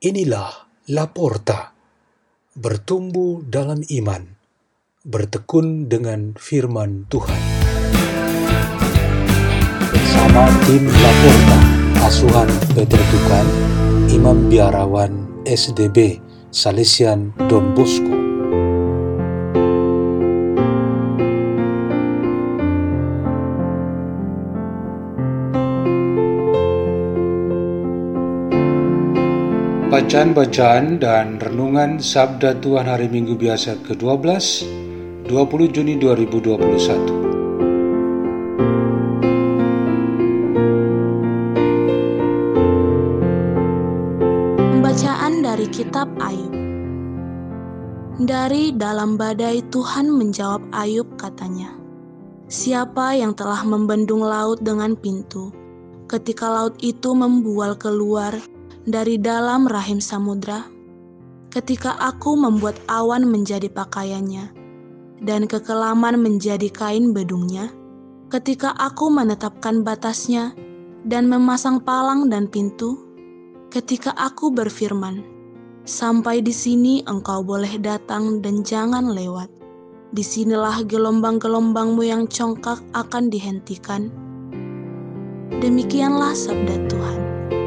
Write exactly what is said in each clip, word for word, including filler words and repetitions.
Inilah Laporta, bertumbuh dalam iman, bertekun dengan firman Tuhan. Bersama tim Laporta, asuhan Peter Tukan, Imam Biarawan S D B, Salesian Don Bosco. Bacaan-bacaan dan renungan Sabda Tuhan Hari Minggu Biasa kedua belas, dua puluh Juni dua ribu dua puluh satu. Pembacaan dari Kitab Ayub. Dari dalam badai Tuhan menjawab Ayub, katanya, "Siapa yang telah membendung laut dengan pintu, ketika laut itu membual keluar dari dalam rahim samudra? Ketika aku membuat awan menjadi pakaiannya, dan kekelaman menjadi kain bedungnya, ketika aku menetapkan batasnya, dan memasang palang dan pintu, ketika aku berfirman, sampai di sini engkau boleh datang dan jangan lewat. Disinilah gelombang-gelombangmu yang congkak akan dihentikan." Demikianlah sabda Tuhan.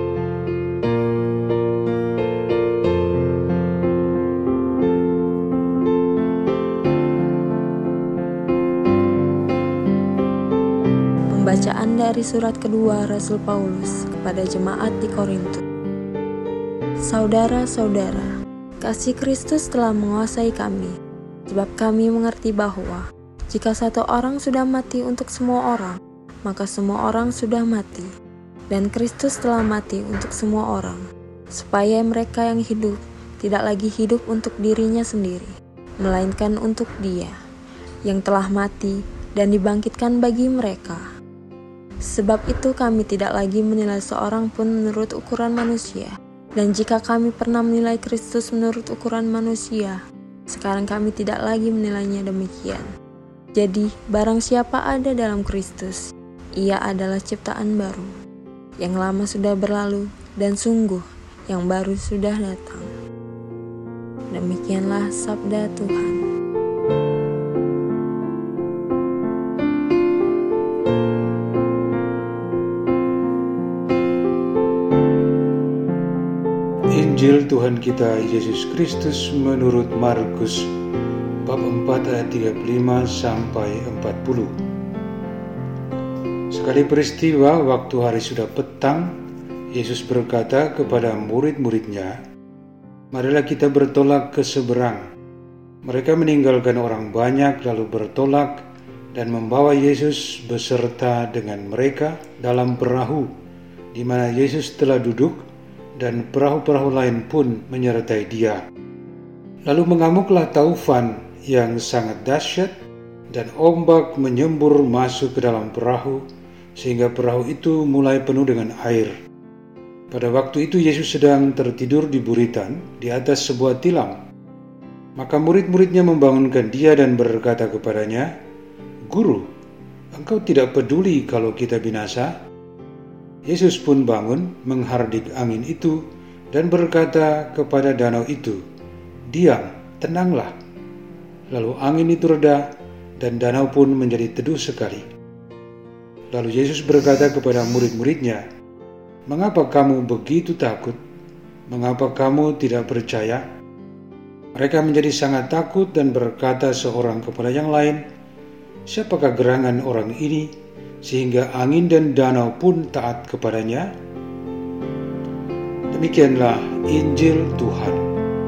Pembacaan dari surat kedua Rasul Paulus kepada jemaat di Korintus. Saudara-saudara, kasih Kristus telah menguasai kami, sebab kami mengerti bahwa jika satu orang sudah mati untuk semua orang, maka semua orang sudah mati. Dan Kristus telah mati untuk semua orang, supaya mereka yang hidup tidak lagi hidup untuk dirinya sendiri, melainkan untuk Dia yang telah mati dan dibangkitkan bagi mereka. Sebab itu kami tidak lagi menilai seorang pun menurut ukuran manusia. Dan jika kami pernah menilai Kristus menurut ukuran manusia, sekarang kami tidak lagi menilainya demikian. Jadi, barang siapa ada dalam Kristus, ia adalah ciptaan baru. Yang lama sudah berlalu, dan sungguh, yang baru sudah datang. Demikianlah sabda Tuhan. Injil Tuhan kita Yesus Kristus menurut Markus bab empat ayat tiga puluh lima sampai empat puluh. Sekali peristiwa waktu hari sudah petang, Yesus berkata kepada murid-muridnya, "Marilah kita bertolak ke seberang." Mereka meninggalkan orang banyak lalu bertolak dan membawa Yesus beserta dengan mereka dalam perahu di mana Yesus telah duduk, dan perahu-perahu lain pun menyertai Dia. Lalu mengamuklah taufan yang sangat dahsyat, dan ombak menyembur masuk ke dalam perahu, sehingga perahu itu mulai penuh dengan air. Pada waktu itu Yesus sedang tertidur di buritan di atas sebuah tilam. Maka murid-muridnya membangunkan Dia dan berkata kepadanya, "Guru, engkau tidak peduli kalau kita binasa?" Yesus pun bangun, menghardik angin itu, dan berkata kepada danau itu, "Diam, tenanglah." Lalu angin itu reda, dan danau pun menjadi teduh sekali. Lalu Yesus berkata kepada murid-muridnya, "Mengapa kamu begitu takut? Mengapa kamu tidak percaya?" Mereka menjadi sangat takut dan berkata seorang kepada yang lain, "Siapakah gerangan orang ini, sehingga angin dan danau pun taat kepadanya?" Demikianlah Injil Tuhan.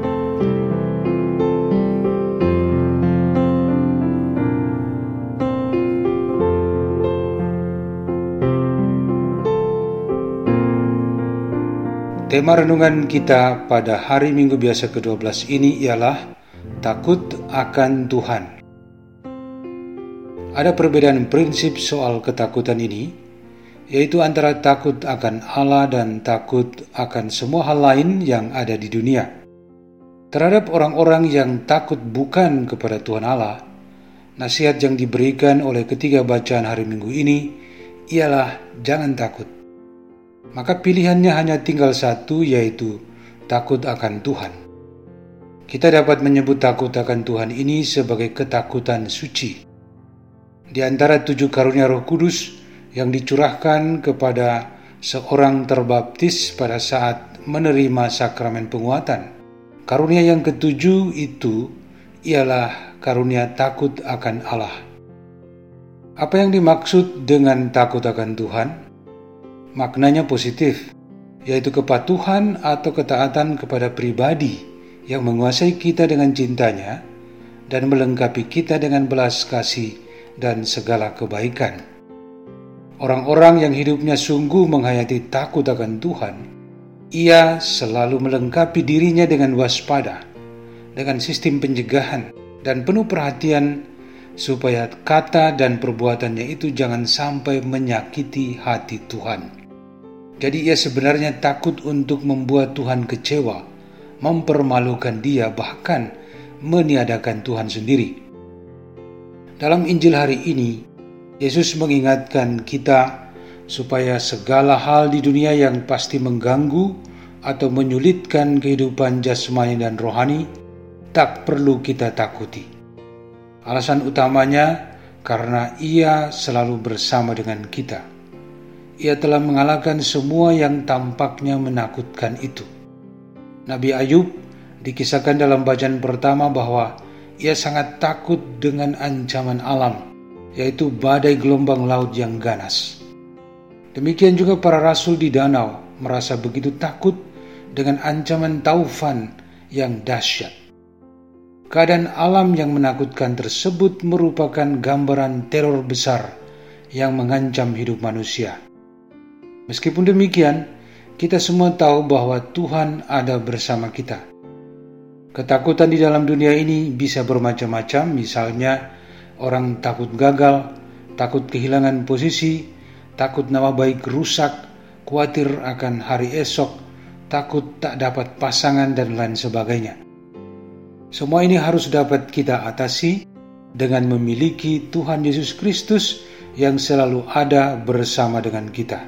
Tema renungan kita pada hari Minggu Biasa kedua belas ini ialah takut akan Tuhan. Ada perbedaan prinsip soal ketakutan ini, yaitu antara takut akan Allah dan takut akan semua hal lain yang ada di dunia. Terhadap orang-orang yang takut bukan kepada Tuhan Allah, nasihat yang diberikan oleh ketiga bacaan hari Minggu ini ialah jangan takut. Maka pilihannya hanya tinggal satu, yaitu takut akan Tuhan. Kita dapat menyebut takut akan Tuhan ini sebagai ketakutan suci. Di antara tujuh karunia Roh Kudus yang dicurahkan kepada seorang terbaptis pada saat menerima sakramen penguatan, karunia yang ketujuh itu ialah karunia takut akan Allah. Apa yang dimaksud dengan takut akan Tuhan? Maknanya positif, yaitu kepatuhan atau ketaatan kepada pribadi yang menguasai kita dengan cintanya dan melengkapi kita dengan belas kasih dan segala kebaikan. Orang-orang yang hidupnya sungguh menghayati takut akan Tuhan, ia selalu melengkapi dirinya dengan waspada, dengan sistem pencegahan dan penuh perhatian supaya kata dan perbuatannya itu jangan sampai menyakiti hati Tuhan. Jadi ia sebenarnya takut untuk membuat Tuhan kecewa, mempermalukan dia, bahkan meniadakan Tuhan sendiri. Dalam Injil hari ini, Yesus mengingatkan kita supaya segala hal di dunia yang pasti mengganggu atau menyulitkan kehidupan jasmani dan rohani tak perlu kita takuti. Alasan utamanya karena Ia selalu bersama dengan kita. Ia telah mengalahkan semua yang tampaknya menakutkan itu. Nabi Ayub dikisahkan dalam bacaan pertama bahwa ia sangat takut dengan ancaman alam, yaitu badai gelombang laut yang ganas. Demikian juga para rasul di danau merasa begitu takut dengan ancaman taufan yang dahsyat. Keadaan alam yang menakutkan tersebut merupakan gambaran teror besar yang mengancam hidup manusia. Meskipun demikian, kita semua tahu bahwa Tuhan ada bersama kita. Ketakutan di dalam dunia ini bisa bermacam-macam, misalnya orang takut gagal, takut kehilangan posisi, takut nama baik rusak, khawatir akan hari esok, takut tak dapat pasangan, dan lain sebagainya. Semua ini harus dapat kita atasi dengan memiliki Tuhan Yesus Kristus yang selalu ada bersama dengan kita.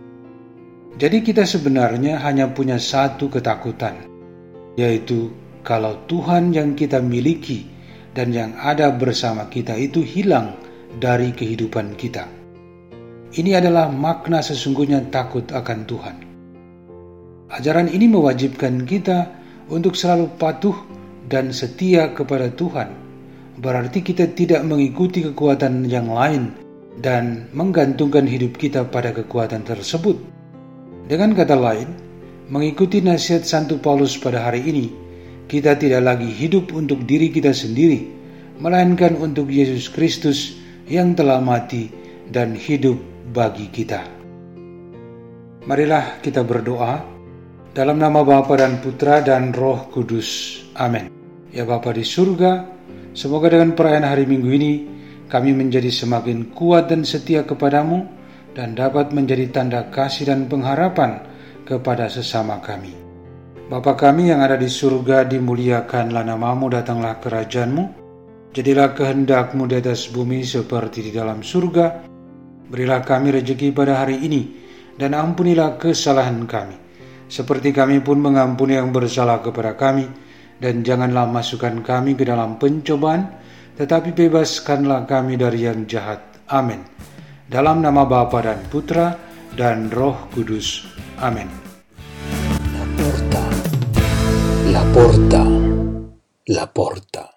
Jadi kita sebenarnya hanya punya satu ketakutan, yaitu kalau Tuhan yang kita miliki dan yang ada bersama kita itu hilang dari kehidupan kita. Ini adalah makna sesungguhnya takut akan Tuhan. Ajaran ini mewajibkan kita untuk selalu patuh dan setia kepada Tuhan. Berarti kita tidak mengikuti kekuatan yang lain dan menggantungkan hidup kita pada kekuatan tersebut. Dengan kata lain, mengikuti nasihat Santo Paulus pada hari ini, kita tidak lagi hidup untuk diri kita sendiri, melainkan untuk Yesus Kristus yang telah mati dan hidup bagi kita. Marilah kita berdoa dalam nama Bapa dan Putra dan Roh Kudus. Amin. Ya Bapa di surga, semoga dengan perayaan hari Minggu ini kami menjadi semakin kuat dan setia kepadamu dan dapat menjadi tanda kasih dan pengharapan kepada sesama kami. Bapa kami yang ada di surga, dimuliakanlah namamu, datanglah kerajaan-Mu, jadilah kehendak-Mu di atas bumi seperti di dalam surga. Berilah kami rejeki pada hari ini, dan ampunilah kesalahan kami, seperti kami pun mengampuni yang bersalah kepada kami, dan janganlah masukkan kami ke dalam pencobaan, tetapi bebaskanlah kami dari yang jahat. Amin. Dalam nama Bapa dan Putra dan Roh Kudus. Amin. La porta, la porta.